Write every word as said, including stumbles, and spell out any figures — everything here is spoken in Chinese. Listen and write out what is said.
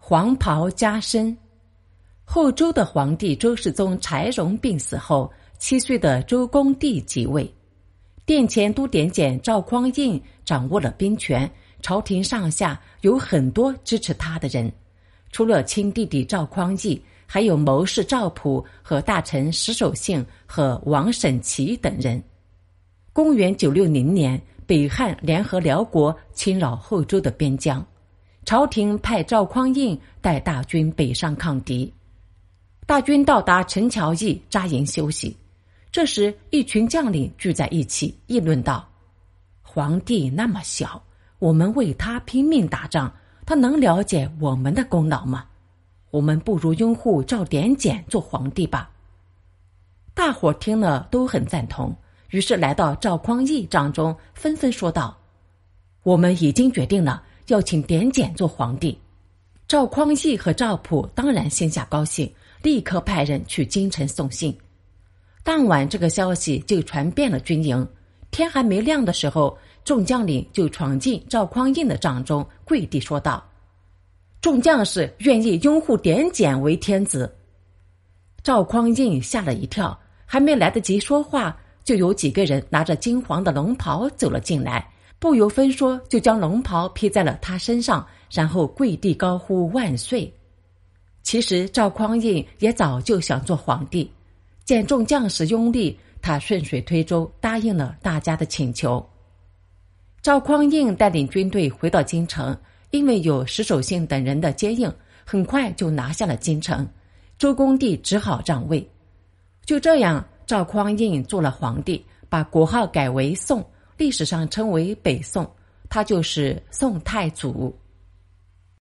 黄袍加身。后周的皇帝周世宗柴荣病死后，七岁的周公帝即位。殿前都点检赵匡胤掌握了兵权，朝廷上下有很多支持他的人，除了亲弟弟赵匡胤，还有谋士赵普和大臣石守信和王审琦等人。公元九六零年，北汉联合辽国侵扰后周的边疆，朝廷派赵匡胤带大军北上抗敌。大军到达陈桥驿扎营休息，这时一群将领聚在一起议论道：皇帝那么小，我们为他拼命打仗，他能了解我们的功劳吗？我们不如拥护赵典检做皇帝吧。大伙听了都很赞同，于是来到赵匡胤帐中，纷纷说道：我们已经决定了，要请典检做皇帝。赵匡胤和赵普当然心下高兴，立刻派人去京城送信。当晚这个消息就传遍了军营，天还没亮的时候，众将领就闯进赵匡胤的帐中，跪地说道：众将士愿意拥护典检为天子。赵匡胤吓了一跳，还没来得及说话，就有几个人拿着金黄的龙袍走了进来，不由分说就将龙袍披在了他身上，然后跪地高呼万岁。其实赵匡胤也早就想做皇帝，见众将士拥立，他顺水推舟答应了大家的请求。赵匡胤带领军队回到京城，因为有石守信等人的接应，很快就拿下了京城。周公帝只好让位。就这样，赵匡胤做了皇帝，把国号改为宋，历史上称为北宋，他就是宋太祖。